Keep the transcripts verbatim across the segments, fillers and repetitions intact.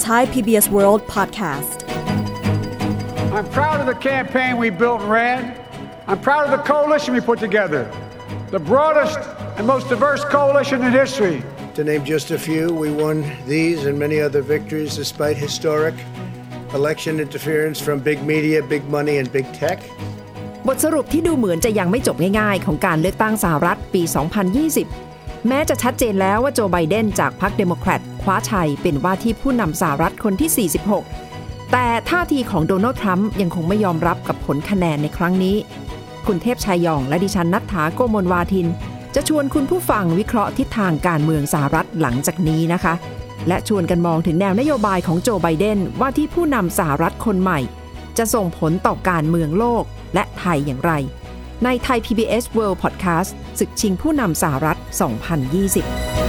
Thai พี บี เอส World Podcast. I'm proud of the campaign we built and ran. I'm proud of the coalition we put together, the broadest and most diverse coalition in history. To name just a few, we won these and many other victories despite historic election interference from big media, big money, and big tech. บทสรุปที่ดูเหมือนจะยังไม่จบง่ายๆของการเลือกตั้งสหรัฐปี สองพันยี่สิบ แม้จะชัดเจนแล้วว่าโจไบเดนจากพรรคเดโมแครตคว้าชัยเป็นว่าที่ผู้นำสหรัฐคนที่ สี่สิบหก แต่ท่าทีของโดนัลด์ทรัมป์ยังคงไม่ยอมรับกับผลคะแนนในครั้งนี้คุณเทพชัยยองและดิฉันณัฐฐา โกมลวาทินจะชวนคุณผู้ฟังวิเคราะห์ทิศทางการเมืองสหรัฐหลังจากนี้นะคะและชวนกันมองถึงแนวนโยบายของโจไบเดนว่าที่ผู้นำสหรัฐคนใหม่จะส่งผลต่อการเมืองโลกและไทยอย่างไรในไทย พี บี เอส World Podcast ศึกชิงผู้นำสหรัฐ สองพันยี่สิบ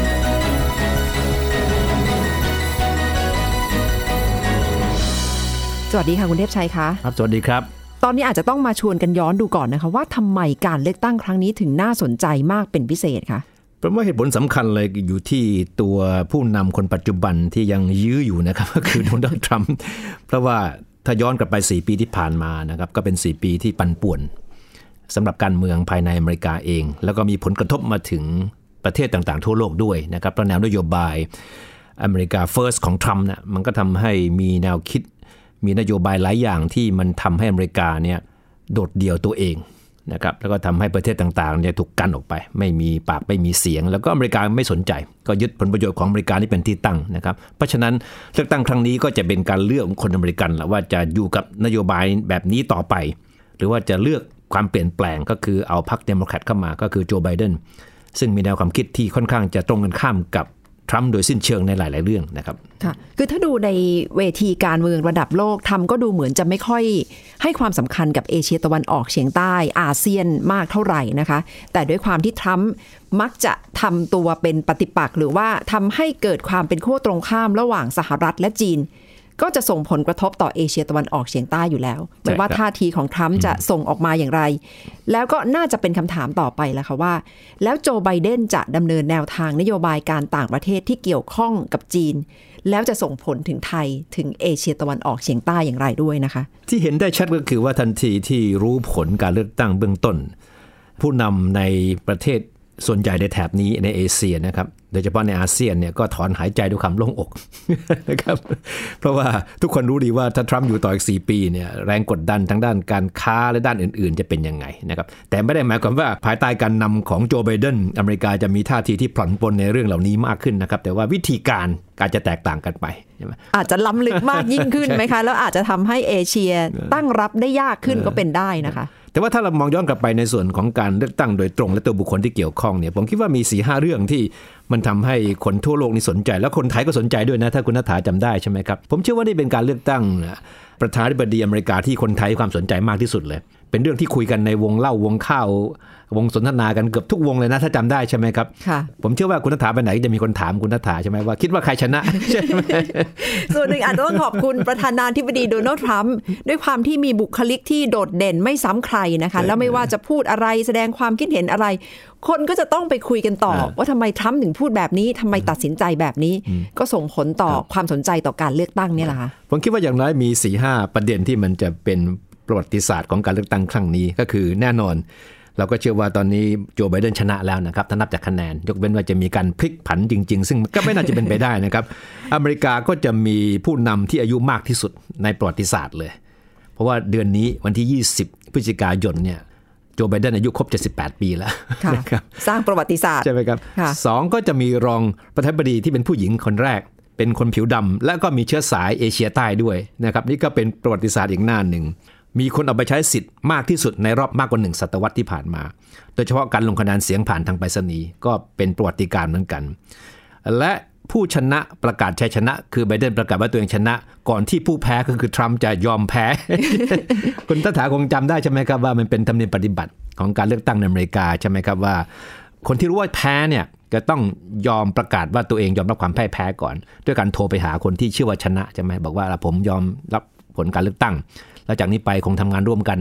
สวัสดีค่ะคุณเทพชัยคะครับสวัสดีครับตอนนี้อาจจะต้องมาชวนกันย้อนดูก่อนนะคะว่าทำไมการเลือกตั้งครั้งนี้ถึงน่าสนใจมากเป็นพิเศษคะเพราะว่าเหตุผลสำคัญเลยอยู่ที่ตัวผู้นำคนปัจจุบันที่ยังยื้ออยู่นะครับก็คือโดนัลด์ทรัมป์เพราะว่าถ้าย้อนกลับไปสี่ปีที่ผ่านมานะครับก็เป็นสี่ปีที่ปั่นป่วนสำหรับการเมืองภายในอเมริกาเองแล้วก็มีผลกระทบมาถึงประเทศต่างๆทั่วโลกด้วยนะครับเพราะแนวนโยบายอเมริกา First ของทรัมป์เนี่ยมันก็ทำให้มีแนวคิดมีนโยบายหลายอย่างที่มันทำให้อเมริกาเนี่ยโดดเดี่ยวตัวเองนะครับแล้วก็ทำให้ประเทศต่างๆเนี่ยถูกกันออกไปไม่มีปากไม่มีเสียงแล้วก็อเมริกาไม่สนใจก็ยึดผลประโยชน์ของอเมริกานี่เป็นที่ตั้งนะครับเพราะฉะนั้นเลือกตั้งครั้งนี้ก็จะเป็นการเลือกของคนอเมริกันแหละว่าจะอยู่กับนโยบายแบบนี้ต่อไปหรือว่าจะเลือกความเปลี่ยนแปลงก็คือเอาพรรคเดโมแครตเข้ามาก็คือโจไบเดนซึ่งมีแนวความคิดที่ค่อนข้างจะตรงกันข้ามกับทรัมป์โดยสิ้นเชิงในหลายๆเรื่องนะครับค่ะคือถ้าดูในเวทีการเมืองระดับโลกทรัมป์ก็ดูเหมือนจะไม่ค่อยให้ความสำคัญกับเอเชียตะวันออกเฉียงใต้อาเซียนมากเท่าไหร่นะคะแต่ด้วยความที่ทรัมป์มักจะทำตัวเป็นปฏิปักษ์หรือว่าทำให้เกิดความเป็นขั้วตรงข้ามระหว่างสหรัฐและจีนก็จะส่งผลกระทบต่อเอเชียตะวันออกเฉียงใต้อยู่แล้วไม่ว่าท่าทีของทรัมป์จะส่งออกมาอย่างไรแล้วก็น่าจะเป็นคำถามต่อไปแล้วค่ะว่าแล้วโจไบเดนจะดำเนินแนวทางนโยบายการต่างประเทศที่เกี่ยวข้องกับจีนแล้วจะส่งผลถึงไทยถึงเอเชียตะวันออกเฉียงใต้อย่างไรด้วยนะคะที่เห็นได้ชัดก็คือว่าทันทีที่รู้ผลการเลือกตั้งเบื้องต้นผู้นำในประเทศส่วนใหญ่ในแถบนี้ในเอเชียนะครับโดยเฉพาะในอาเซียนเนี่ยก็ถอนหายใจด้วยความโล่งอกนะครับเพราะว่าทุกคนรู้ดีว่าถ้าทรัมป์อยู่ต่ออีกสี่ปีเนี่ยแรงกดดันทางด้านการค้าและด้านอื่นๆจะเป็นยังไงนะครับแต่ไม่ได้หมายความว่าภายใต้การนำของโจไบเดนอเมริกาจะมีท่าทีที่ผ่อนปลนในเรื่องเหล่านี้มากขึ้นนะครับแต่ว่าวิธีการการจะแตกต่างกันไปอาจจะล้ำลึกมากยิ่งขึ้นไหมคะแล้วอาจจะทำให้เอเชียตั้งรับได้ยากขึ้นก็เป็นได้นะคะแต่ว่าถ้าเรามองย้อนกลับไปในส่วนของการเลือกตั้งโดยตรงและตัวบุคคลที่เกี่ยวข้องเนี่ยผมคิดว่ามี สี่ห้า เรื่องที่มันทำให้คนทั่วโลกนี่สนใจแล้วคนไทยก็สนใจด้วยนะถ้าคุณณัฐฐาจำได้ใช่ไหมครับผมเชื่อว่านี่เป็นการเลือกตั้งประธานาธิบดีอเมริกาที่คนไทยให้ความสนใจมากที่สุดเลยเป็นเรื่องที่คุยกันในวงเล่าวงข้าววงสนทนากันเกือบทุกวงเลยนะถ้าจำได้ใช่ไหมครับผมเชื่อว่าคุณณัฐฐาไปไหนจะมีคนถามคุณณัฐฐาใช่ไหมว่าคิดว่าใครชนะใช่ไหมส่วนหนึ่งอาจจะต้องขอบคุณประธานาธิบดีโดนัลด์ทรัมป์ด้วยความที่มีบุคลิกที่โดดเด่นไม่ซ้ำใครนะคะแล้วไม่ว่าจะพูดอะไรแสดงความคิดเห็นอะไรคนก็จะต้องไปคุยกันต่อว่าทำไมทรัมป์ถึงพูดแบบนี้ทำไมตัดสินใจแบบนี้ก็ส่งผลต่อความสนใจต่อการเลือกตั้งนี่แหละค่ะผมคิดว่าอย่างน้อยมี สี่ห้า ประเด็นที่มันจะเป็นประวัติศาสตร์ของการเลือกตั้งครั้งนี้ก็คือแน่นอนเราก็เชื่อว่าตอนนี้โจไบเดนชนะแล้วนะครับถ้านับจากคะแนนยกเว้นว่าจะมีการพลิกผันจริงๆซึ่งก็ไม่น่าจะเป็นไปได้นะครับอเมริกาก็จะมีผู้นำที่อายุมากที่สุดในประวัติศาสตร์เลยเพราะว่าเดือนนี้วันที่ยี่สิบพฤศจิกายนเนี่ยโจไบเดนอายุครบเจ็ดสิบแปดปีแล้วนะครับสร้างประวัติศาสตร์ใช่ไหมครับสองก็จะมีรองประธานาธิบดีที่เป็นผู้หญิงคนแรกเป็นคนผิวดำและก็มีเชื้อสายเอเชียใต้ด้วยนะครับนี่ก็เป็นประวัติศาสตร์อีกหน้าหนึ่งมีคนเอาไปใช้สิทธิ์มากที่สุดในรอบมากกว่าหนึ่งศตวรรษที่ผ่านมาโดยเฉพาะการลงคะแนนเสียงผ่านทางไปรษณีย์ก็เป็นประวัติการณ์เหมือนกันและผู้ชนะประกาศชัยชนะคือไบเดนประกาศว่าตัวเองชนะก่อนที่ผู้แพ้ก็คือทรัมป์จะยอมแพ้ คุณณัฐฐาคงจำได้ใช่ไหมครับว่ามันเป็นธรรมเนียมปฏิบัติของการเลือกตั้งในอเมริกาใช่ไหมครับว่าคนที่รู้ว่าแพ้เนี่ยจะต้องยอมประกาศว่าตัวเองยอมรับความพ่ายแพ้ก่อนด้วยการโทรไปหาคนที่เชื่อว่าชนะใช่ไหมบอกว่าผมยอมรับผลการเลือกตั้งแล้วจากนี้ไปคงทำงานร่วมกันนะครับ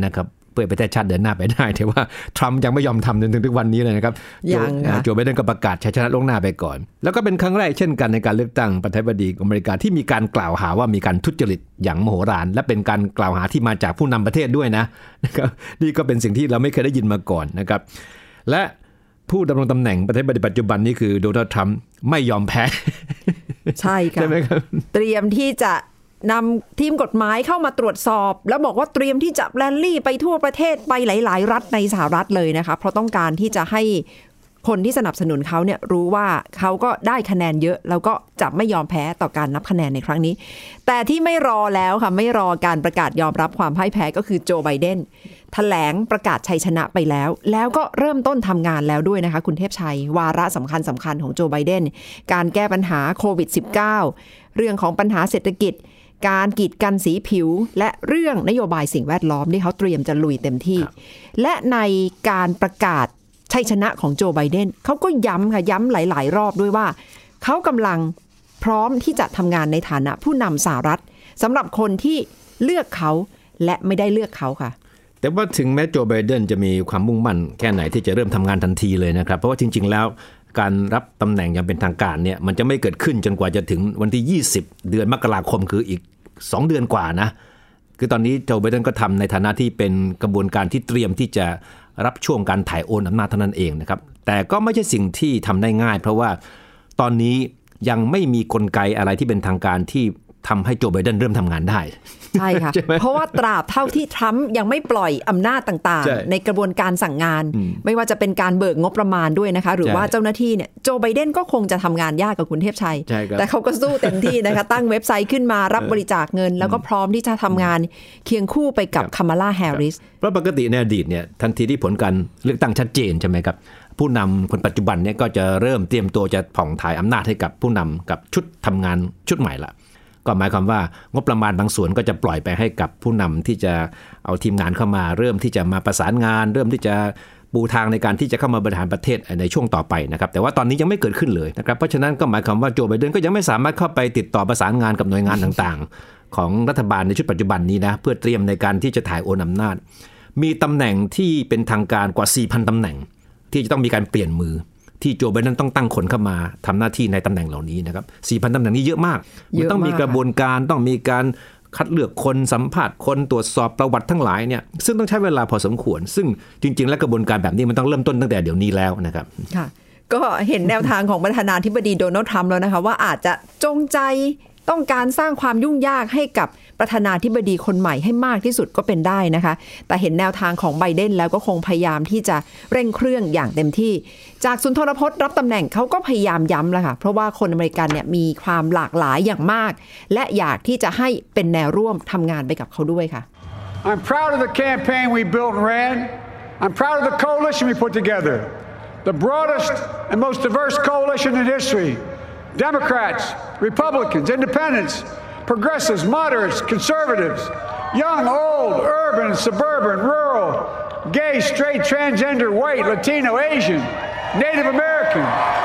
เพื่อประเทศชาติเดินหน้าไปได้แต่ว่าทรัมป์ยังไม่ยอมทำจนถึงทุกวันนี้เลยนะครับยังโจไบเดนก็ประกาศชัยชนะล่วงหน้าไปก่อนแล้วก็เป็นครั้งแรกเช่นกันในการเลือกตั้งประธานาธิบดีอเมริกาที่มีการกล่าวหาว่ามีการทุจริตอย่างมโหฬารและเป็นการกล่าวหาที่มาจากผู้นำประเทศด้วยนะนะครับนี่ก็เป็นสิ่งที่เราไม่เคยได้ยินมาก่อนนะครับและผู้ดำรงตำแหน่งประธานาธิบดีปัจจุบันนี้คือโดนัลด์ทรัมป์ไม่ยอมแพ้ใช่ค่ะใช่ไหมครับเตรียมที่จะนำทีมกฎหมายเข้ามาตรวจสอบแล้วบอกว่าเตรียมที่จะแรลลี่ไปทั่วประเทศไปหลายๆรัฐในสหรัฐเลยนะคะเพราะต้องการที่จะให้คนที่สนับสนุนเขาเนี่ยรู้ว่าเขาก็ได้คะแนนเยอะแล้วก็จะไม่ยอมแพ้ต่อการนับคะแนนในครั้งนี้แต่ที่ไม่รอแล้วค่ะไม่รอการประกาศยอมรับความพ่ายแพ้ก็คือโจไบเดนแถลงประกาศชัยชนะไปแล้วแล้วก็เริ่มต้นทำงานแล้วด้วยนะคะคุณเทพชัยวาระสำคัญสำคัญของโจไบเดนการแก้ปัญหาโควิด สิบเก้า เรื่องของปัญหาเศรษฐกิจการกีดกันสีผิวและเรื่องนโยบายสิ่งแวดล้อมที่เขาเตรียมจะลุยเต็มที่และในการประกาศชัยชนะของโจไบเดนเขาก็ย้ำค่ะย้ำหลายๆรอบด้วยว่าเขากำลังพร้อมที่จะทำงานในฐานะผู้นำสหรัฐสำหรับคนที่เลือกเขาและไม่ได้เลือกเขาค่ะแต่ว่าถึงแม้โจไบเดนจะมีความมุ่งมั่นแค่ไหนที่จะเริ่มทำงานทันทีเลยนะครับเพราะว่าจริงๆแล้วการรับตำแหน่งอย่างเป็นทางการเนี่ยมันจะไม่เกิดขึ้นจนกว่าจะถึงวันที่ยี่สิบเดือนมกราคมคืออีกสองเดือนกว่านะคือตอนนี้โจไบเดนก็ทำในฐานะที่เป็นกระบวนการที่เตรียมที่จะรับช่วงการถ่ายโอนอำนาจเท่านั้นเองนะครับแต่ก็ไม่ใช่สิ่งที่ทำได้ง่ายเพราะว่าตอนนี้ยังไม่มีกลไกอะไรที่เป็นทางการที่ทำให้โจไบเดนเริ่มทำงานได้ใช่ค่ะเพราะว่าตราบเท่าที่ทรัมป์ยังไม่ปล่อยอำนาจต่างๆในกระบวนการสั่งงานไม่ว่าจะเป็นการเบิกงบประมาณด้วยนะคะหรือว่าเจ้าหน้าที่เนี่ยโจไบเดนก็คงจะทำงานยากกับคุณเทพชัยแต่เขาก็สู้เต็มที่นะคะตั้งเว็บไซต์ขึ้นมารับบริจาคเงินแล้วก็พร้อมที่จะทำงานเคียงคู่ไปกับคามาลาแฮร์ริสเพราะปกติในอดีตเนี่ยทันทีที่ผลการเลือกตั้งชัดเจนใช่ไหมครับผู้นำคนปัจจุบันเนี่ยก็จะเริ่มเตรียมตัวจะผ่องถ่ายอำนาจให้กับผู้นำกับชุดทำงานชุดใหม่ละก็หมายความว่างบประมาณบางส่วนก็จะปล่อยไปให้กับผู้นำที่จะเอาทีมงานเข้ามาเริ่มที่จะมาประสานงานเริ่มที่จะปูทางในการที่จะเข้ามาบริหารประเทศในช่วงต่อไปนะครับแต่ว่าตอนนี้ยังไม่เกิดขึ้นเลยนะครับเพราะฉะนั้นก็หมายความว่าโจไบเดนก็ยังไม่สามารถเข้าไปติดต่อประสานงานกับหน่วยงานต่างๆของรัฐบาลในชุดปัจจุบันนี้นะเพื่อเตรียมในการที่จะถ่ายโอนอำนาจมีตำแหน่งที่เป็นทางการกว่า สี่พัน ตำแหน่งที่จะต้องมีการเปลี่ยนมือที่โจไบเดนต้องตั้งคนเข้ามาทำหน้าที่ในตำแหน่งเหล่านี้นะครับ สี่พัน ตำแหน่งนี้เยอะมากมันต้องมีกระบวนการต้องมีการคัดเลือกคนสัมภาษณ์คนตรวจสอบประวัติทั้งหลายเนี่ยซึ่งต้องใช้เวลาพอสมควรซึ่งจริงๆแล้วกระบวนการแบบนี้มันต้องเริ่มต้นตั้งแต่เดี๋ยวนี้แล้วนะครับค่ะก็เห็นแนวทางของประธานาธิบดีโดนัลด์ทรัมป์แล้วนะคะว่าอาจจะจงใจต้องการสร้างความยุ่งยากให้กับประธานาธิบดีคนใหม่ให้มากที่สุดก็เป็นได้นะคะแต่เห็นแนวทางของไบเดนแล้วก็คงพยายามที่จะเร่งเครื่องอย่างเต็มที่จากสุนทรพจน์รับตำแหน่งเขาก็พยายามย้ำแล้วค่ะเพราะว่าคนอเมริกันเนี่ยมีความหลากหลายอย่างมากและอยากที่จะให้เป็นแนวร่วมทำงานไปกับเขาด้วยค่ะ I'm proud of the campaign we built and ran. I'm proud of the coalition we put together. The broadest and most diverse coalition in history.Democrats, Republicans, Independents, Progressives, Moderates, Conservatives, young, old, urban, suburban, rural, gay, straight, transgender, white, Latino, Asian, Native American.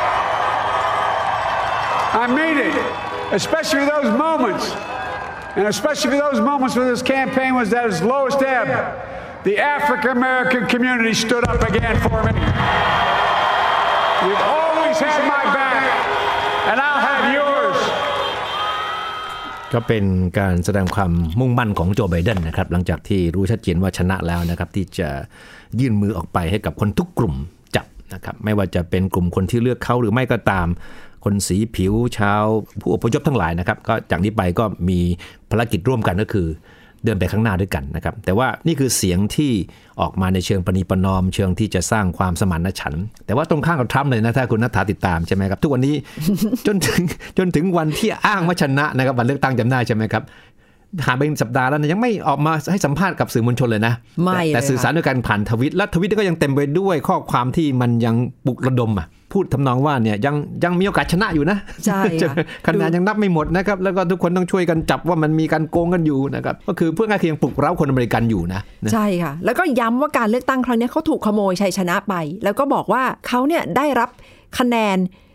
I mean it, especially those moments, and especially those moments when this campaign was at its lowest ebb. The African American community stood up again for me. You've always had my back.And I'll have yours. ก็เป็นการแสดงความมุ่งมั่นของโจไบเดนนะครับหลังจากที่รู้ชัดเจนว่าชนะแล้วนะครับที่จะยื่นมือออกไปให้กับคนทุกกลุ่มจับนะครับไม่ว่าจะเป็นกลุ่มคนที่เลือกเขาหรือไม่ก็ตามคนสีผิวชาวผู้อพยพทั้งหลายนะครับก็จากนี้ไปก็มีภารกิจร่วมกันก็คือเดินไปข้างหน้าด้วยกันนะครับแต่ว่านี่คือเสียงที่ออกมาในเชิงประนีประนอมเชิงที่จะสร้างความสมานฉันท์แต่ว่าตรงข้ามกับทรัมป์เลยนะถ้าคุณณัฐาติดตามใช่ไหมครับทุกวันนี้ จนถึงจนถึงวันที่อ้างว่าชนะนะครับวันเลือกตั้งจำได้ใช่ไหมครับหาเป็นสัปดาห์แล้วนะยังไม่ออกมาให้สัมภาษณ์กับสื่อมวลชนเลยนะไม่แต่สื่อสารด้วยการผ่านทวิตและทวิตก็ยังเต็มไปด้วยข้อความที่มันยังปลุกระดมอ่ะพูดทำนองว่าเนี่ยยังยังมีโอกาสชนะอยู่นะใช่คะแนนยังนับไม่หมดนะครับแล้วก็ทุกคนต้องช่วยกันจับว่ามันมีการโกงกันอยู่นะครับก็คือเพื่อให้ยังปลุกเร้าคนอเมริกันอยู่นะใช่ค่ะแล้วก็ย้ำว่าการเลือกตั้งครั้งนี้เขาถูกขโมยชัยชนะไปแล้วก็บอกว่าเขาเนี่ยได้รับคะแนน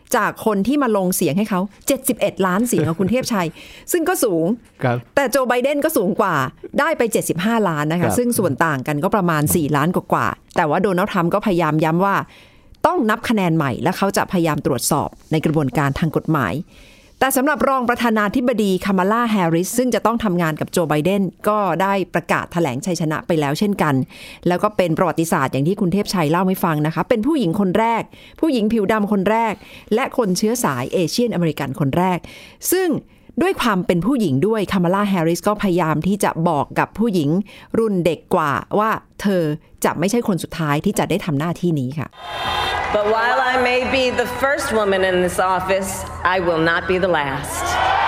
จากคนที่มาลงเสียงให้เขาเจ็ดสิบเอ็ดล้านเสียงของคุณเทพชัยซึ่งก็สูงแต่โจไบเดนก็สูงกว่าได้ไปเจ็ดสิบห้าล้านนะคะซึ่งส่วนต่างกันก็ประมาณสี่ล้านกว่าๆแต่ว่าโดนัลด์ทรัมป์ก็พยายามย้ำว่าต้องนับคะแนนใหม่และเขาจะพยายามตรวจสอบในกระบวนการทางกฎหมายแต่สำหรับรองประธานาธิบดีคามาลาแฮร์ริสซึ่งจะต้องทำงานกับโจไบเดนก็ได้ประกาศแถลงชัยชนะไปแล้วเช่นกันแล้วก็เป็นประวัติศาสตร์อย่างที่คุณเทพชัยเล่าให้ฟังนะคะเป็นผู้หญิงคนแรกผู้หญิงผิวดำคนแรกและคนเชื้อสายเอเชียนอเมริกันคนแรกซึ่งด้วยความเป็นผู้หญิงด้วยคามาลาแฮร์ริสก็พยายามที่จะบอกกับผู้หญิงรุ่นเด็กกว่าว่าเธอจะไม่ใช่คนสุดท้ายที่จะได้ทำหน้าที่นี้ค่ะ But while I may be the first woman in this office, I will not be the last.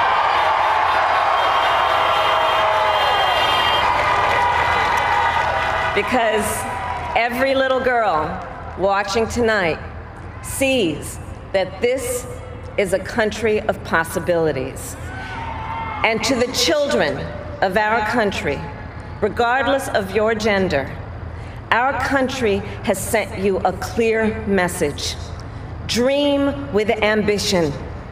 Because every little girl watching tonight sees that this is a country of possibilities. And to the children of our country, regardless of your gender,Our country has sent you a clear message. Dream with ambition.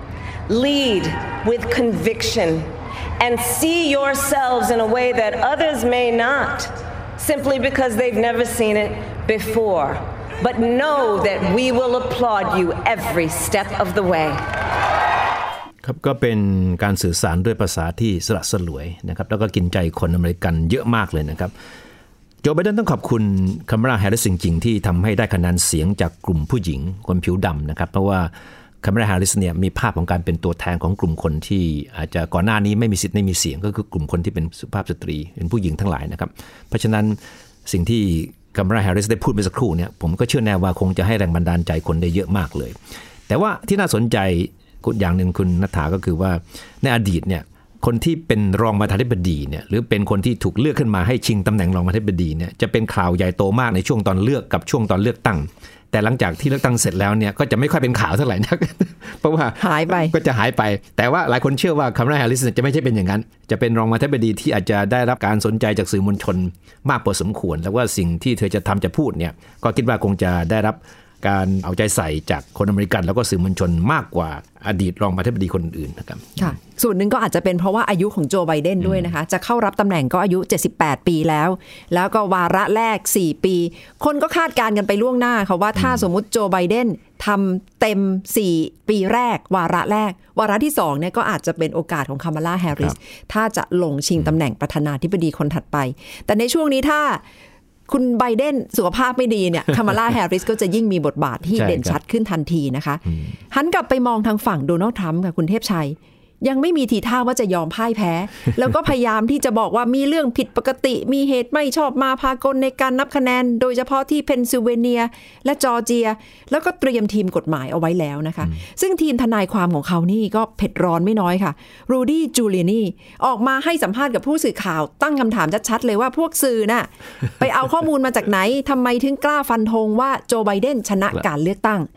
Lead with conviction. And see yourselves in a way that others may not, simply because they've never seen it before. But know that we will applaud you every step of the way. ครับก็เป็นการสื่อสารด้วยภาษาที่สละสลวยนะครับแล้วก็กินใจคนอเมริกันเยอะมากเลยนะครับโจไบเดนต้องขอบคุณคามาลาแฮร์ริสจริงๆที่ทำให้ได้คะแนนเสียงจากกลุ่มผู้หญิงคนผิวดำนะครับเพราะว่าคามาลาแฮร์ริสเนี่ยมีภาพของการเป็นตัวแทนของกลุ่มคนที่อาจจะก่อนหน้านี้ไม่มีสิทธิ์ไม่มีเสียงก็คือกลุ่มคนที่เป็นสุภาพสตรีเป็นผู้หญิงทั้งหลายนะครับเพราะฉะนั้นสิ่งที่คามาลาแฮร์ริสได้พูดเมื่อสักครู่เนี่ยผมก็เชื่อแน่ว่าคงจะให้แรงบันดาลใจคนได้เยอะมากเลยแต่ว่าที่น่าสนใจอย่างหนึ่งคุณณัฐฐาก็คือว่าในอดีตเนี่ยคนที่เป็นรองประธานาธิบดีเนี่ยหรือเป็นคนที่ถูกเลือกขึ้นมาให้ชิงตำแหน่งรองประธานาธิบดีเนี่ยจะเป็นข่าวใหญ่โตมากในช่วงตอนเลือกกับช่วงตอนเลือกตั้งแต่หลังจากที่เลือกตั้งเสร็จแล้วเนี่ยก็จะไม่ค่อยเป็นข่าวเท่าไหร่นัก เพราะว่าหายไปก็จะหายไปแต่ว่าหลายคนเชื่อว่าคามาลาแฮร์ริสจะไม่ใช่เป็นอย่างนั้นจะเป็นรองประธานาธิบดีที่อาจจะได้รับการสนใจจากสื่อมวลชนมากพอสมควรแล้วว่าสิ่งที่เธอจะทำจะพูดเนี่ยก็คิดว่าคงจะได้รับการเอาใจใส่จากคนอเมริกันแล้วก็สื่อมวลชนมากกว่าอดีตรองประธานาธิบดีคนอื่นนะครับค่ะส่วนหนึ่งก็อาจจะเป็นเพราะว่าอายุของโจไบเดนด้วยนะคะจะเข้ารับตำแหน่งก็อายุเจ็ดสิบแปดปีแล้วแล้วก็วาระแรกสี่ปีคนก็คาดการณ์กันไปล่วงหน้าค่ะว่าถ้าสมมุติโจไบเดนทำเต็มสี่ปีแรกวาระแรกวาระที่สองเนี่ยก็อาจจะเป็นโอกาสของคามาลาแฮร์ริสถ้าจะลงชิงตำแหน่งประธานาธิบดีคนถัดไปแต่ในช่วงนี้ถ้าคุณไบเดนสุขภาพไม่ดีเนี่ยคามาลาแฮร์ริสก็จะยิ่งมีบทบาทที่เด่นชัดขึ้นทันทีนะคะหันกลับไปมองทางฝั่งโดนัลด์ทรัมป์ค่ะคุณเทพชัยยังไม่มีทีท่าว่าจะยอมพ่ายแพ้ แล้วก็พยายามที่จะบอกว่ามีเรื่องผิดปกติมีเหตุไม่ชอบมาพากลในการนับคะแนนโดยเฉพาะที่เพนซิลเวเนียและจอร์เจียแล้วก็เตรียมทีมกฎหมายเอาไว้แล้วนะคะซึ่งทีมทนายความของเขานี่ก็เผ็ดร้อนไม่น้อยค่ะรูดี้จูเลียนีออกมาให้สัมภาษณ์กับผู้สื่อข่าวตั้งคำถามชัดๆเลยว่าพวกสื่อน่ะ ไปเอาข้อมูลมาจากไหนทำไมถึงกล้าฟันธงว่าโจไบเดนชนะการเลือกตั้ง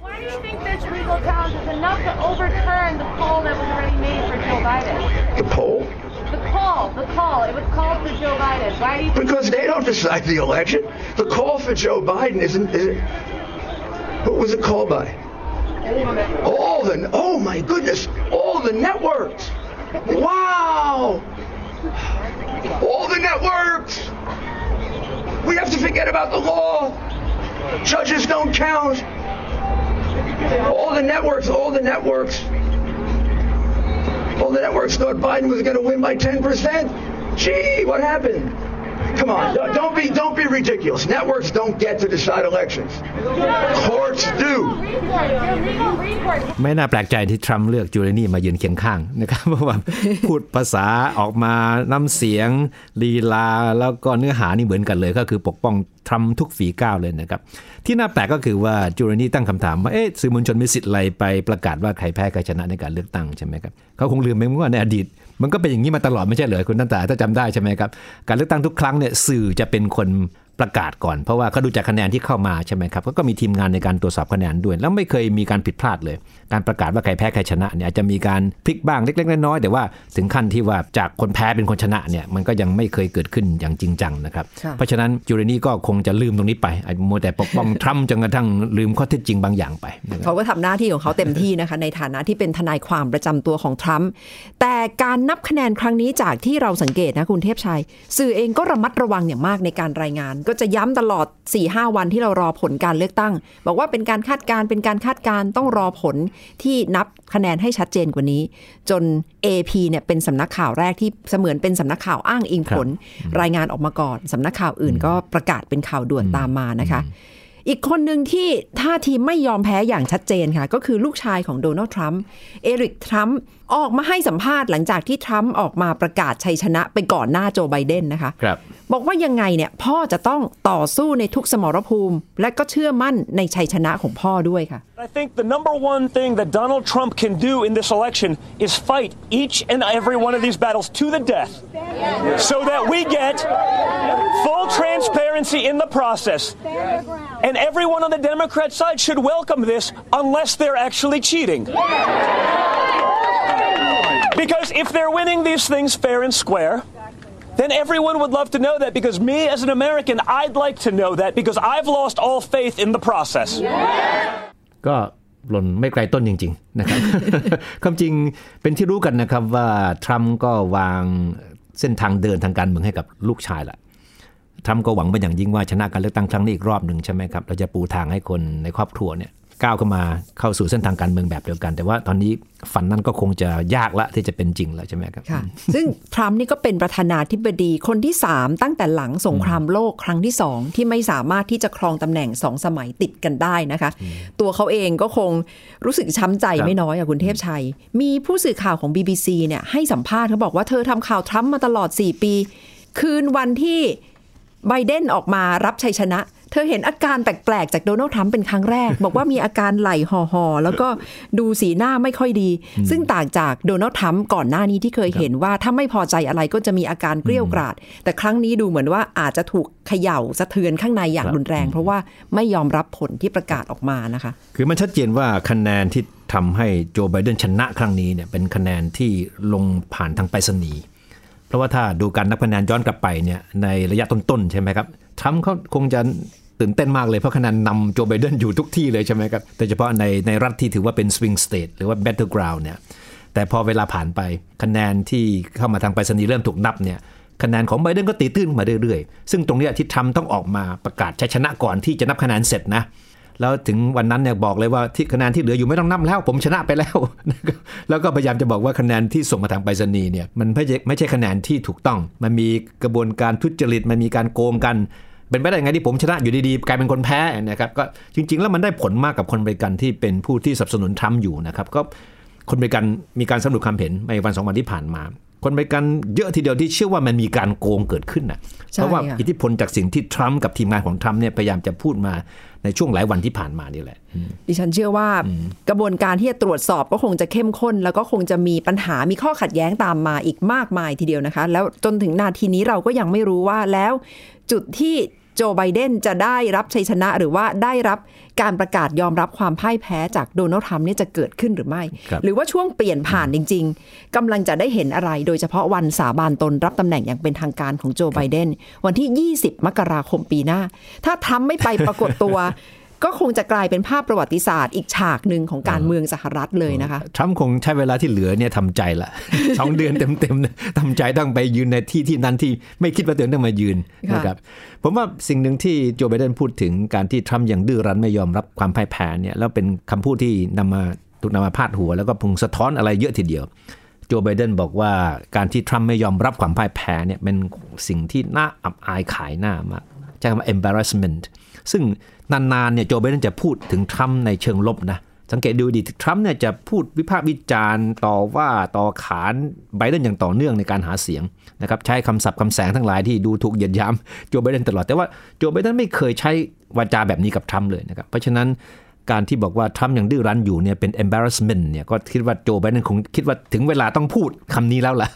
The poll? The call, the call. It was called for Joe Biden. Why do you think Because they don't decide the election. The call for Joe Biden isn't, is it? Who was it called by? All the, oh my goodness, all the networks. Wow. All the networks. We have to forget about the law. Judges don't count. All the networks, all the networks.All the networks thought Biden was going to win by ten percent. Gee, what happened? Come on, don't be don't be ridiculous. Networks don't get to decide elections. Courts do. ไม่น่าแปลกใจที่ทรัมป์เลือกจูเลียนีมายืนเคียงข้างนะครับเพราะว่าพูดภาษาออกมาน้ำเสียงลีลาแล้วก็เนื้อหานี่เหมือนกันเลยก็คือปกป้องทรัมป์ทุกฝีก้าวเลยนะครับที่น่าแปลกก็คือว่าจูเลียนีตั้งคำถามว่าเอ๊ะสื่อมวลชนมีสิทธิ์อะไรไปประกาศว่าใครแพ้ใครชนะในการเลือกตั้งใช่ไหมครับเขาคงลืมไปว่าในอดีตมันก็เป็นอย่างนี้มาตลอดไม่ใช่เหรอคุณตั้งแต่ถ้าจำได้ใช่ไหมครับการเลือกตั้งทุกครั้งเนี่ยสื่อจะเป็นคนประกาศก่อนเพราะว่าเขาดูจากคะแนนที่เข้ามาใช่ไหมครับก็มีทีมงานในการตรวจสอบคะแนนด้วยแล้วไม่เคยมีการผิดพลาดเลยการประกาศว่าใครแพ้ใครชนะเนี่ยอาจจะมีการพลิกบ้างเล็กๆน้อยๆแต่ว่าถึงขั้นที่ว่าจากคนแพ้เป็นคนชนะเนี่ยมันก็ยังไม่เคยเกิดขึ้นอย่างจริงจังนะครับเพราะฉะนั้นจูเรนีก็คงจะลืมตรงนี้ไปมัวแต่ปกป้องทรัมป์จนกระทั่งลืมข้อเท็จจริงบางอย่างไปเขาก็ทำหน้าที่ของเขาเต็มที่นะคะในฐานะที่เป็นทนายความประจำตัวของทรัมป์แต่การนับคะแนนครั้งนี้จากที่เราสังเกตนะคุณเทพชัยสื่อเองก็ระมัดระวังอย่างมากในการรายงานก็จะย้ำตลอด สี่ห้า วันที่เรารอผลการเลือกตั้งบอกว่าเป็นการคาดการณ์เป็นการคาดการณ์ต้องรอผลที่นับคะแนนให้ชัดเจนกว่านี้จน เอ พี เนี่ยเป็นสำนักข่าวแรกที่เสมือนเป็นสำนักข่าวอ้างอิงผลรายงานออกมาก่อนสำนักข่าวอื่นก็ประกาศเป็นข่าวด่วนตามมานะคะอีกคนหนึ่งที่ท่าทีไม่ยอมแพ้อย่างชัดเจนค่ะก็คือลูกชายของโดนัลด์ทรัมป์เอริกทรัมป์ออกมาให้สัมภาษณ์หลังจากที่ทรัมป์ออกมาประกาศชัยชนะไปก่อนหน้าโจไบเดนนะคะบอกว่ายังไงเนี่ยพ่อจะต้องต่อสู้ในทุกสมรภูมิและก็เชื่อมั่นในชัยชนะของพ่อด้วยค่ะ I think the number one thing that Donald Trump can do in this election is fight each and every one of these battles to the death so that we get full transparency in the process and everyone on the Democrat side should welcome this unless they're actually cheating because if they're winning these things fair and square then everyone would love to know that because me as an American I'd like to know that because I've lost all faith in the process ก็หล่นไม่ไกลต้นจริงๆนะครับ ความจริงเป็นที่รู้กันนะครับว่าทรัมป์ก็วางเส้นทางเดินทางการเมืองให้กับลูกชายละทรัมป์ก็หวังเป็นอย่างยิ่งว่าชนะการเลือกตั้งครั้งนี้อีกรอบหนึ่งใช่ไหมครับเราจะปูทางให้คนในครอบครัวเนี่ยก้าวเข้ามาเข้าสู่เส้นทางการเมืองแบบเดียวกันแต่ว่าตอนนี้ฝันนั้นก็คงจะยากละที่จะเป็นจริงแล้วใช่ไหมครับซึ่งทรัมป์นี่ก็เป็นประธานาธิบดีคนที่สามตั้งแต่หลังสงครามโลกครั้งที่สองที่ไม่สามารถที่จะครองตำแหน่งสองสมัยติดกันได้นะคะตัวเขาเองก็คงรู้สึกช้ำใจไม่น้อยอ่ะคุณเทพชัยมีผู้สื่อข่าวของ บี บี ซี เนี่ยให้สัมภาษณ์เขาบอกว่าเธอทำข่าวทรัมป์มาตลอดสี่ปีคืนวันที่ไบเดนออกมารับชัยชนะเธอเห็นอาการแปลกๆจากโดนัลด์ทรัมป์เป็นครั้งแรก บอกว่ามีอาการไหล่ห่อๆแล้วก็ดูสีหน้าไม่ค่อยดีซึ่งต่างจากโดนัลด์ทรัมป์ก่อนหน้านี้ที่เคยเห็นว่าถ้าไม่พอใจอะไรก็จะมีอาการเกรี้ยวกราดแต่ครั้งนี้ดูเหมือนว่าอาจจะถูกเขย่าสะเทือนข้างในอย่างรุนแรงเพราะว่าไม่ยอมรับผลที่ประกาศออกมานะคะคือมันชัดเจนว่าคะแนนที่ทำให้โจไบเดนชนะครั้งนี้เนี่ยเป็นคะแนนที่ลงผ่านทางไปรษณีย์เพราะว่าถ้าดูการนับคะแนนย้อนกลับไปเนี่ยในระยะต้นๆใช่ไหมครับทรัมป์เขาคงจะตื่นเต้นมากเลยเพราะคะแนนนำโจไบเดนอยู่ทุกที่เลยใช่ไหมครับโดยเฉพาะในในรัฐที่ถือว่าเป็น swing state หรือว่า battleground เนี่ยแต่พอเวลาผ่านไปคะแนนที่เข้ามาทางไปรษณีย์เริ่มถูกนับเนี่ยคะแนนของไบเดนก็ตีตื้นมาเรื่อยๆซึ่งตรงนี้ที่ทรัมป์ต้องออกมาประกาศชัยชนะก่อนที่จะนับคะแนนเสร็จนะแล้วถึงวันนั้นเนี่ยบอกเลยว่าที่คะแนนที่เหลืออยู่ไม่ต้องนับแล้วผมชนะไปแล้วแล้วก็พยายามจะบอกว่าคะแนนที่ส่งมาทางไปรษณีย์เนี่ยมันไม่ใช่ไม่ใช่คะแนนที่ถูกต้องมันมีกระบวนการทุจริตมันมีการโกงกันเป็นไปได้ไงที่ผมชนะอยู่ดีๆกลายเป็นคนแพ้นะครับก็จริงๆแล้วมันได้ผลมากกับคนอเมริกันที่เป็นผู้ที่สนับสนุนทรัมป์อยู่นะครับก็คนอเมริกันมีการสำรวจความเห็นในวันสองวันที่ผ่านมาคนอเมริกันเยอะทีเดียวที่เชื่อว่ามันมีการโกงเกิดขึ้นนะเพราะว่าอิทธิพลจากสิ่งที่ทรัมป์กับทีมงานของทรัมป์เนี่ยพยายามจะพูดมาในช่วงหลายวันที่ผ่านมานี่แหละดิฉันเชื่อว่ากระบวนการที่จะตรวจสอบก็คงจะเข้มข้นแล้วก็คงจะมีปัญหามีข้อขัดแย้งตามมาอีกมากมายทีเดียวนะคะแล้วจนถึงนาทีนี้เราก็ยังไม่รู้ว่าแล้วจุดที่โจไบเดนจะได้รับชัยชนะหรือว่าได้รับการประกาศยอมรับความพ่ายแพ้จากโดนัลด์ทรัมป์นี่จะเกิดขึ้นหรือไม่หรือว่าช่วงเปลี่ยนผ่านจริงๆกำลังจะได้เห็นอะไรโดยเฉพาะวันสาบานตนรับตำแหน่งอย่างเป็นทางการของโจไบเดนวันที่ยี่สิบมกราคมปีหน้าถ้าทรัมป์ไม่ไปปรากฏตัว ก็คงจะกลายเป็นภาพประวัติศาสตร์อีกฉากหนึ่งของการเมืองสหรัฐเลยนะคะทรัมป์คงใช้เวลาที่เหลือเนี่ยทำใจละ สองเดือนเต็มๆทำใจต้องไปยืนในที่ที่นั้นที่ไม่คิดว่าตัวเองต้องมายืนนะครับผมว่าสิ่งหนึ่งที่โจไบเดนพูดถึงการที่ทรัมป์ยังดื้อรั้นไม่ยอมรับความพ่ายแพ้เนี่ยแล้วเป็นคำพูดที่นำมาถูกนำมาพาดหัวแล้วก็พุ่งสะท้อนอะไรเยอะทีเดียวโจไบเดนบอกว่าการที่ทรัมป์ไม่ยอมรับความพ่ายแพ้เนี่ยเป็นสิ่งที่น่าอับอายขายหน้ามากใช้คำว่า embarrassment ซึ่งนานๆเนี่ยโจไบเดนจะพูดถึงทรัมป์ในเชิงลบนะสังเกตดูดิทรัมป์เนี่ยจะพูดวิพากษ์วิจารณ์ต่อว่าต่อขานไบเดนอย่างต่อเนื่องในการหาเสียงนะครับใช้คำศัพท์คำแสงทั้งหลายที่ดูถูกเหยียดหยามโจไบเดนตลอดแต่ว่าโจไบเดนไม่เคยใช้วาจาแบบนี้กับทรัมป์เลยนะครับเพราะฉะนั้นการที่บอกว่าทรัมป์ยังดื้อรั้นอยู่เนี่ยเป็น embarrassment เนี่ยก็คิดว่าโจไบเดนคงคิดว่าถึงเวลาต้องพูดคำนี้แล้วล่ะ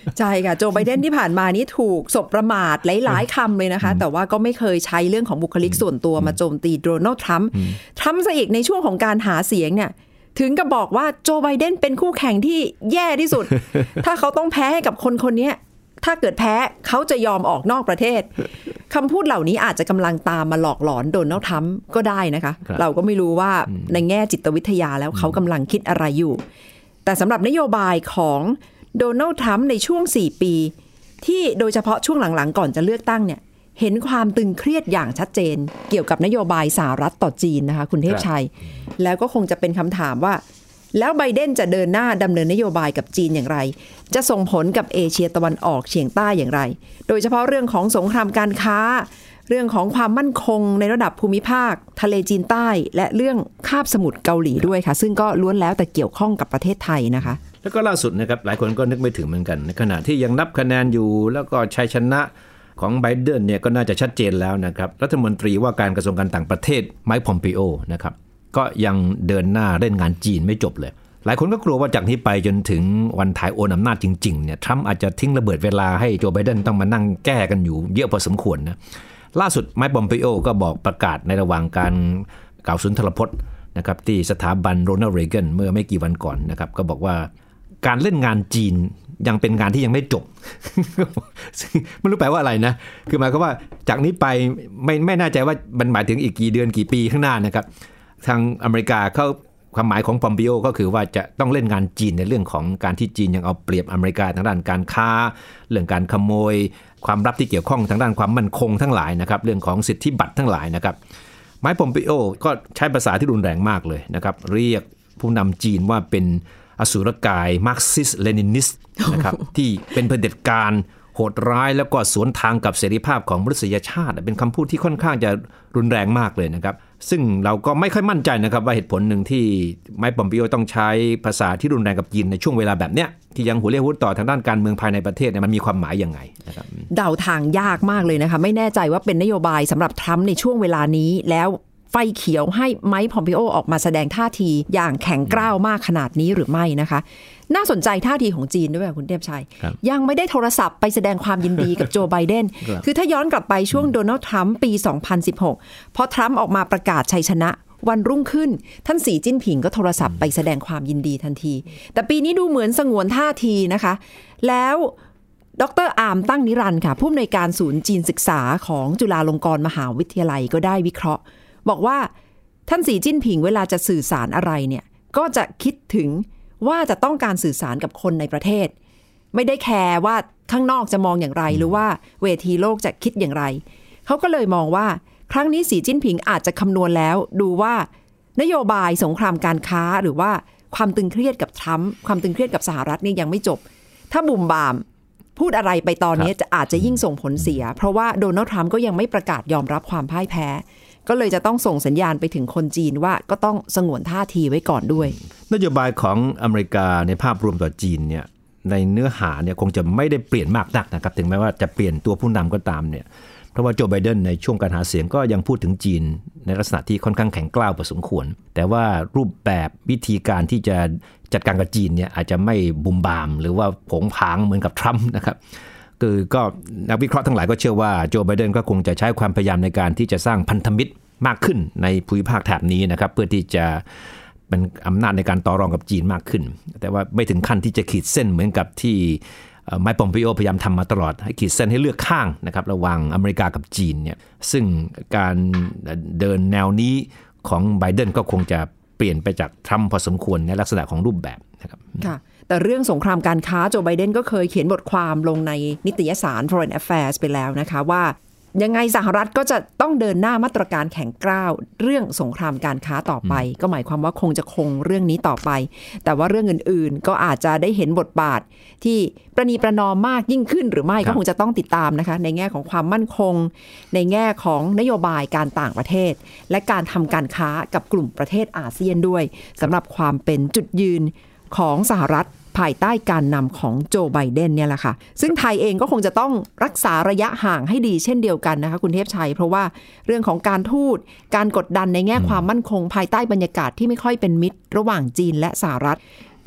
ใช่ค่ะโจไบเดนที่ผ่านมานี่ถูกสบประมาทหลายๆคำเลยนะคะแต่ว่าก็ไม่เคยใช้เรื่องของบุคลิกส่วนตัวมาโจมตีโดนัลด์ทรัมป์ทรัมป์ซะอีกในช่วงของการหาเสียงเนี่ยถึงกับบอกว่าโจไบเดนเป็นคู่แข่งที่แย่ที่สุด ถ้าเขาต้องแพ้ให้กับคนคนนี้ถ้าเกิดแพ้เขาจะยอมออกนอกประเทศคำพูดเหล่านี้อาจจะกำลังตามมาหลอกหลอนโดนัลด์ทรัมป์ก็ได้นะคะเราก็ไม่รู้ว่าในแง่จิตวิทยาแล้วเขากำลังคิดอะไรอยู่แต่สำหรับนโยบายของโดนัลด์ทรัมป์ในช่วงสี่ปีที่โดยเฉพาะช่วงหลังๆก่อนจะเลือกตั้งเนี่ยเห็นความตึงเครียดอย่างชัดเจนเกี่ยวกับนโยบายสหรัฐต่อจีนนะคะคุณเทพชัยแล้วก็คงจะเป็นคำถามว่าแล้วไบเดนจะเดินหน้าดำเนินนโยบายกับจีนอย่างไรจะส่งผลกับเอเชียตะวันออกเฉียงใต้อย่างไรโดยเฉพาะเรื่องของสงครามการค้าเรื่องของความมั่นคงในระดับภูมิภาคทะเลจีนใต้และเรื่องคาบสมุทรเกาหลีด้วยค่ะซึ่งก็ล้วนแล้วแต่เกี่ยวข้องกับประเทศไทยนะคะแล้วก็ล่าสุดนะครับหลายคนก็นึกไม่ถึงเหมือนกันในขณะที่ยังนับคะแนนอยู่แล้วก็ชัยชนะของไบเดนเนี่ยก็น่าจะชัดเจนแล้วนะครับรัฐมนตรีว่าการกระทรวงการต่างประเทศไมค์พอมปิโอนะครับก็ยังเดินหน้าเล่นงานจีนไม่จบเลยหลายคนก็กลัวว่าจากนี้ไปจนถึงวันถ่ายโอนอำนาจจริงๆเนี่ยทรัมป์อาจจะทิ้งระเบิดเวลาให้โจไบเดนต้องมานั่งแก้กันอยู่เยอะพอสมควรนะล่าสุดไมค์พอมปิโอก็บอกประกาศในระหว่างการกล่าวสุนทรพจน์นะครับที่สถาบันโรนัลด์ เรแกนเมื่อไม่กี่วันก่อนนะครับก็บอกว่าการเล่นงานจีนยังเป็นงานที่ยังไม่จบ ไม่รู้แปลว่าอะไรนะคือหมายความว่าจากนี้ไปไม่ไม่แน่ใจว่ามันหมายถึงอีกกี่เดือนกี่ปีข้างหน้านะครับทางอเมริกาเขาความหมายของปอมปิโอก็คือว่าจะต้องเล่นงานจีนในเรื่องของการที่จีนยังเอาเปรียบอเมริกาทางด้านการค้าเรื่องการขโมยความลับที่เกี่ยวข้องทางด้านความมั่นคงทั้งหลายนะครับเรื่องของสิทธิบัตรทั้งหลายนะครับไมค์ปอมปิโอก็ใช้ภาษาที่รุนแรงมากเลยนะครับเรียกผู้นำจีนว่าเป็นอสูรกายมาร์กซิสเลนินิสต์นะครับ ที่เป็นเผด็จการโหดร้ายแล้วก็สวนทางกับเสรีภาพของมนุษยชาติเป็นคำพูดที่ค่อนข้างจะรุนแรงมากเลยนะครับซึ่งเราก็ไม่ค่อยมั่นใจนะครับว่าเหตุผลหนึ่งที่ไมค์ปอมปิโอต้องใช้ภาษาที่รุนแรงกับจีนในช่วงเวลาแบบเนี้ยที่ยังหัวเรี่ยวหัวต่อทางด้านการเมืองภายในประเทศเนี่ยมันมีความหมายยังไงนะครับเดาทางยากมากเลยนะคะไม่แน่ใจว่าเป็นนโยบายสำหรับทรัมป์ในช่วงเวลานี้แล้วไฟเขียวให้ไมค์พอมปิโอออกมาแสดงท่าทีอย่างแข็งกร้าวมากขนาดนี้หรือไม่นะคะน่าสนใจท่าทีของจีนด้วยคุณเทพชัยยังไม่ได้โทรศัพท์ไปแสดงความยินดีกับโจไบเดน คือถ้าย้อนกลับไปช่วงโดนัลด์ทรัมป์ปีสองพันสิบหกพอทรัมป์ออกมาประกาศชัยชนะวันรุ่งขึ้นท่านสีจิ้นผิงก็โทรศัพท์ไปแสดงความยินดีทันทีแต่ปีนี้ดูเหมือนสงวนท่าทีนะคะแล้วดร.อาร์มตั้งนิรันดร์ค่ะผู้อำนวยการศูนย์จีนศึกษาของจุฬาลงกรณ์มหาวิทยาลัยก็ได้วิเคราะห์บอกว่าท่านสีจิ้นผิงเวลาจะสื่อสารอะไรเนี่ยก็จะคิดถึงว่าจะต้องการสื่อสารกับคนในประเทศไม่ได้แคร์ว่าข้างนอกจะมองอย่างไรหรือว่าเวทีโลกจะคิดอย่างไรเขาก็เลยมองว่าครั้งนี้สีจิ้นผิงอาจจะคำนวณแล้วดูว่านโยบายสงครามการค้าหรือว่าความตึงเครียดกับทรัมป์ความตึงเครียดกับสหรัฐนี่ยังไม่จบถ้าบุ่มบ่ามพูดอะไรไปตอนนี้จะอาจจะยิ่งส่งผลเสียเพราะว่าโดนัลด์ทรัมป์ก็ยังไม่ประกาศยอมรับความพ่ายแพ้ก็เลยจะต้องส่งสัญญาณไปถึงคนจีนว่าก็ต้องสงวนท่าทีไว้ก่อนด้วยนโยบายของอเมริกาในภาพรวมต่อจีนเนี่ยในเนื้อหาเนี่ยคงจะไม่ได้เปลี่ยนมากนักนะครับถึงแม้ว่าจะเปลี่ยนตัวผู้นำก็ตามเนี่ยเพราะว่าโจไบเดนในช่วงการหาเสียงก็ยังพูดถึงจีนในลักษณะที่ค่อนข้างแข็งกร้าวพอสมควรแต่ว่ารูปแบบวิธีการที่จะจัดการกับจีนเนี่ยอาจจะไม่บุมบามหรือว่าผงผางเหมือนกับทรัมป์นะครับคือก็นักวิเคราะห์ทั้งหลายก็เชื่อว่าโจไบเดนก็คงจะใช้ความพยายามในการที่จะสร้างพันธมิตรมากขึ้นในภูมิภาคแถบนี้นะครับเพื่อที่จะเป็นอำนาจในการต่อรองกับจีนมากขึ้นแต่ว่าไม่ถึงขั้นที่จะขีดเส้นเหมือนกับที่ไมค์ปอมปิโอพยายามทำมาตลอดให้ขีดเส้นให้เลือกข้างนะครับระหว่างอเมริกากับจีนเนี่ยซึ่งการเดินแนวนี้ของไบเดนก็คงจะเปลี่ยนไปจากทรัมป์พอสมควรในลักษณะของรูปแบบนะครับค่ะแต่เรื่องสงครามการค้าโจไบเดนก็เคยเขียนบทความลงในนิตยสาร Foreign Affairs ไปแล้วนะคะว่ายังไงสหรัฐก็จะต้องเดินหน้ามาตรการแข็งกร้าวเรื่องสงครามการค้าต่อไปก็หมายความว่าคงจะคงเรื่องนี้ต่อไปแต่ว่าเรื่องอื่นๆก็อาจจะได้เห็นบทบาทที่ประนีประนอมมากยิ่งขึ้นหรือไม่ก็คงจะต้องติดตามนะคะในแง่ของความมั่นคงในแง่ของนโยบายการต่างประเทศและการทำการค้ากับกลุ่มประเทศอาเซียนด้วยสำหรับความเป็นจุดยืนของสหรัฐภายใต้การนำของโจไบเดนเนี่ยแหละค่ะซึ่งไทยเองก็คงจะต้องรักษาระยะห่างให้ดีเช่นเดียวกันนะคะคุณเทพชัยเพราะว่าเรื่องของการทูตการกดดันในแง่ความมั่นคงภายใต้บรรยากาศที่ไม่ค่อยเป็นมิตรระหว่างจีนและสหรัฐ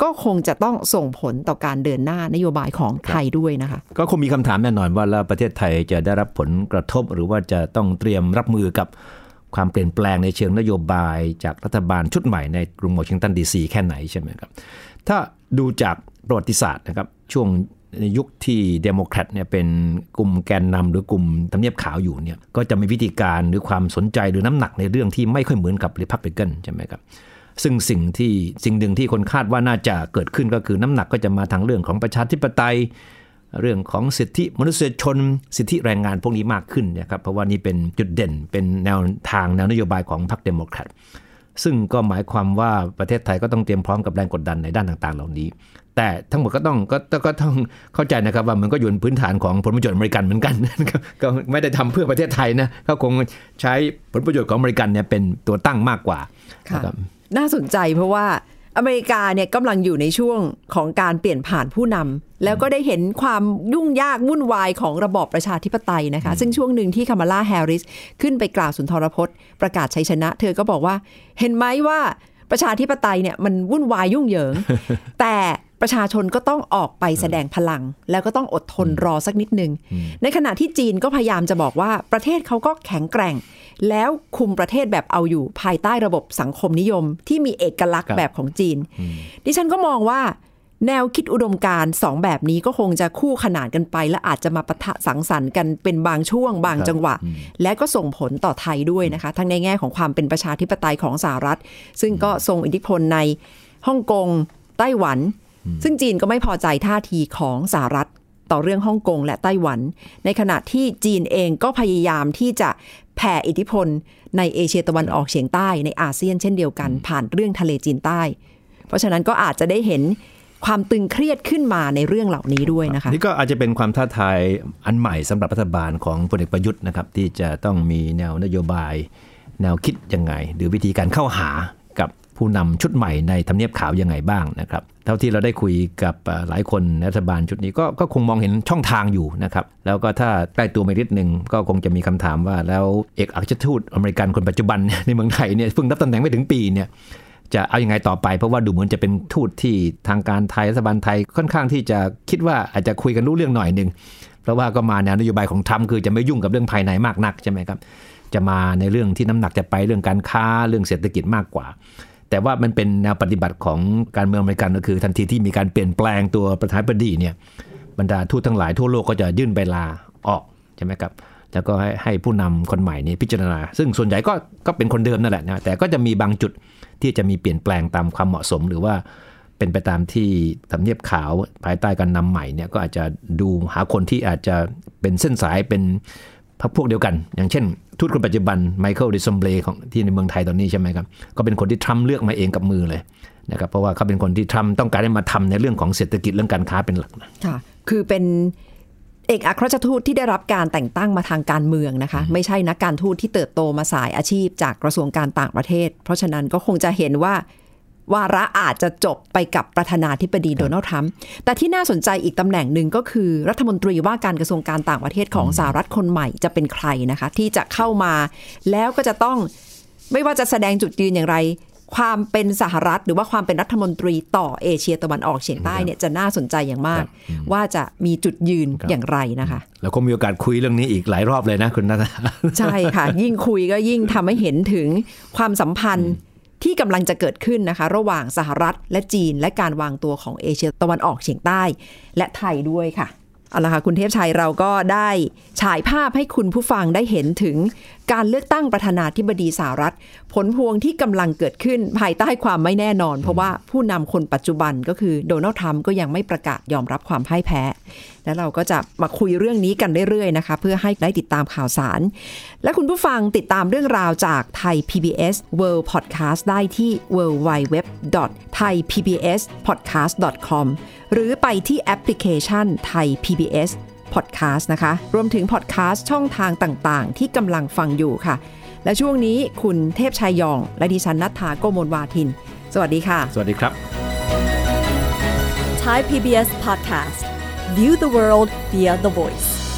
ก็คงจะต้องส่งผลต่อการเดินหน้านโยบายของไทยด้วยนะคะก็คงมีคำถามแน่นอนว่าแล้วประเทศไทยจะได้รับผลกระทบหรือว่าจะต้องเตรียมรับมือกับความเปลี่ยนแปลงในเชิงนโยบายจากรัฐบาลชุดใหม่ในกรุงวอชิงตันดีซีแค่ไหนใช่ไหมครับถ้าดูจากประวัติศาสตร์นะครับช่วงในยุคที่เดโมแครตเนี่ยเป็นกลุ่มแกนนำหรือกลุ่มทำเนียบขาวอยู่เนี่ยก็จะมีวิธีการหรือความสนใจหรือน้ำหนักในเรื่องที่ไม่ค่อยเหมือนกับรีพับลิกันใช่ไหมครับซึ่งสิ่งที่สิ่งหนึ่งที่คนคาดว่าน่าจะเกิดขึ้นก็คือน้ำหนักก็จะมาทางเรื่องของประชาธิปไตยเรื่องของสิทธิมนุษยชนสิทธิแรงงานพวกนี้มากขึ้นนะครับเพราะว่านี่เป็นจุดเด่นเป็นแนวทางแนวนโยบายของพรรคเดโมแครตซึ่งก็หมายความว่าประเทศไทยก็ต้องเตรียมพร้อมกับแรงกดดันในด้านต่างๆเหล่านี้แต่ทั้งหมดก็ต้องก็ก็ต้องเข้าใจนะครับว่ามันก็อยู่บนพื้นฐานของผลประโยชน์อเมริกันเหมือนกันก็ไม่ได้ทำเพื่อประเทศไทยนะเขาคงใช้ผลประโยชน์ของอเมริกันเนี่ยเป็นตัวตั้งมากกว่านะครับน่าสนใจเพราะว่าอเมริกาเนี่ยกำลังอยู่ในช่วงของการเปลี่ยนผ่านผู้นำแล้วก็ได้เห็นความยุ่งยากวุ่นวายของระบอบประชาธิปไตยนะคะซึ่งช่วงหนึ่งที่คามาลาแฮร์ริสขึ้นไปกล่าวสุนทรพจน์ประกาศชัยชนะเธอก็บอกว่าเห็นไหมว่าประชาธิปไตยเนี่ยมันวุ่นวายยุ่งเหยิง แต่ประชาชนก็ต้องออกไปแสดงพลังแล้วก็ต้องอดทนรอสักนิดนึงในขณะที่จีนก็พยายามจะบอกว่าประเทศเขาก็แข็งแกร่งแล้วคุมประเทศแบบเอาอยู่ภายใต้ระบบสังคมนิยมที่มีเอกลักษณ์แบบของจีนดิฉันก็มองว่าแนวคิดอุดมการณ์สองแบบนี้ก็คงจะคู่ขนานกันไปและอาจจะมาปะทะสังสรรค์กันเป็นบางช่วงบางจังหวะและก็ส่งผลต่อไทยด้วยนะคะทั้งในแง่ของความเป็นประชาธิปไตยของสหรัฐซึ่งก็ทรงอิทธิพลในฮ่องกงไต้หวันซึ่งจีนก็ไม่พอใจท่าทีของสหรัฐต่อเรื่องฮ่องกงและไต้หวันในขณะที่จีนเองก็พยายามที่จะแผ่อิทธิพลในเอเชียตะวันออกเฉียงใต้ในอาเซียนเช่นเดียวกันผ่านเรื่องทะเลจีนใต้เพราะฉะนั้นก็อาจจะได้เห็นความตึงเครียดขึ้นมาในเรื่องเหล่านี้ด้วยนะคะนี่ก็อาจจะเป็นความท้าทายอันใหม่สำหรับรัฐบาลของพลเอกประยุทธ์นะครับที่จะต้องมีแนวนโยบายแนวคิดยังไงหรือวิธีการเข้าหากับผู้นำชุดใหม่ในทำเนียบขาวยังไงบ้างนะครับเท่าที่เราได้คุยกับหลายคนในรัฐบาลชุดนี้ก็ก็คงมองเห็นช่องทางอยู่นะครับแล้วก็ถ้าใกล้ตัวไปนิดนึงก็คงจะมีคำถามว่าแล้วเอกอัครราชทูตอเมริกันคนปัจจุบันในเมืองไทยเนี่ยเพิ่งรับตำแหน่งไม่ถึงปีเนี่ยจะเอาอยัางไงต่อไปเพราะว่าดูเหมือนจะเป็นทูตที่ทางการไทยรัฐบาลไทยค่อนข้างที่จะคิดว่าอาจจะคุยกันรู้เรื่องหน่อยนึงเพราะว่าก็มาแนวนโยบายของทรัมป์คือจะไม่ยุ่งกับเรื่องภายในมากนักใช่ไหมครับจะมาในเรื่องที่น้ำหนักจะไปเรื่องการค้าเรื่องเศรษฐกิจมากกว่าแต่ว่ามันเป็นแนวปฏิบัติของการเมืองอเมริกันก็คือทันทีที่มีการเปลี่ยนแปลงตัวประธานาธิบดีเนี่ยบรรดาทูตทั้งหลายทั่วโลกก็จะยื่นใบลาออกใช่ไหมครับแล้วก็ให้ให้ผู้นำคนใหม่นี่พิจารณาซึ่งส่วนใหญ่ก็ก็เป็นคนเดิมนั่นแหละนะแต่ก็จะมีบางจุดที่จะมีเปลี่ยนแปลงตามความเหมาะสมหรือว่าเป็นไปตามที่ทำเนียบขาวภายใต้การนำใหม่เนี่ยก็อาจจะดูหาคนที่อาจจะเป็นเส้นสายเป็นพรรคพวกเดียวกันอย่างเช่นทูตคนปัจจุบันไมเคิลดิซอมเบลของที่ในเมืองไทยตอนนี้ใช่ไหมครับก็เป็นคนที่ทรัมป์เลือกมาเองกับมือเลยนะครับเพราะว่าเขาเป็นคนที่ทรัมป์ต้องการให้มาทำในเรื่องของเศรษฐกิจเรื่องการค้าเป็นหลักค่ะคือเป็นเอกอัครราชทูตที่ได้รับการแต่งตั้งมาทางการเมืองนะคะไม่ใช่นักการทูตที่เติบโตมาสายอาชีพจากกระทรวงการต่างประเทศเพราะฉะนั้นก็คงจะเห็นว่าวาระอาจจะจบไปกับประธานาธิบดีโดนัลด์ทรัมป์แต่ที่น่าสนใจอีกตำแหน่งหนึ่งก็คือรัฐมนตรีว่าการกระทรวงการต่างประเทศของสหรัฐคนใหม่จะเป็นใครนะคะที่จะเข้ามาแล้วก็จะต้องไม่ว่าจะแสดงจุดยืนอย่างไรความเป็นสหรัฐหรือว่าความเป็นรัฐมนตรีต่อเอเชียตะวันออกเฉียงใต้เนี่ยจะน่าสนใจอย่างมากว่าจะมีจุดยืนอย่างไรนะคะแล้วก็มีโอกาสคุยเรื่องนี้อีกหลายรอบเลยนะคุณนัทใช่ค่ะยิ่งคุยก็ยิ่งทำให้เห็นถึงความสัมพันธ์ที่กำลังจะเกิดขึ้นนะคะระหว่างสหรัฐและจีนและการวางตัวของเอเชียตะวันออกเฉียงใต้และไทยด้วยค่ะเอาล่ะค่ะคุณเทพชัยเราก็ได้ฉายภาพให้คุณผู้ฟังได้เห็นถึงการเลือกตั้งประธานาธิบดีสหรัฐผลพวงที่กำลังเกิดขึ้นภายใต้ความไม่แน่นอนเพราะว่าผู้นำคนปัจจุบันก็คือโดนัลด์ทรัมป์ก็ยังไม่ประกาศยอมรับความพ่ายแพ้และเราก็จะมาคุยเรื่องนี้กันเรื่อยๆนะคะเพื่อให้ได้ติดตามข่าวสารและคุณผู้ฟังติดตามเรื่องราวจากไทย พี บี เอส World Podcast ได้ที่ ดับเบิลยู ดับเบิลยู ดับเบิลยู ดอท ไทย พี บี เอส พอดแคสต์ ดอท คอม หรือไปที่แอปพลิเคชันไทย พี บี เอส Podcast นะคะรวมถึง Podcast ช่องทางต่างๆที่กำลังฟังอยู่ค่ะและช่วงนี้คุณเทพชัยยองและดิฉันณัฐฐา โกมลวาทินสวัสดีค่ะสวัสดีครับ Thai พี บี เอส Podcast View the world via the voice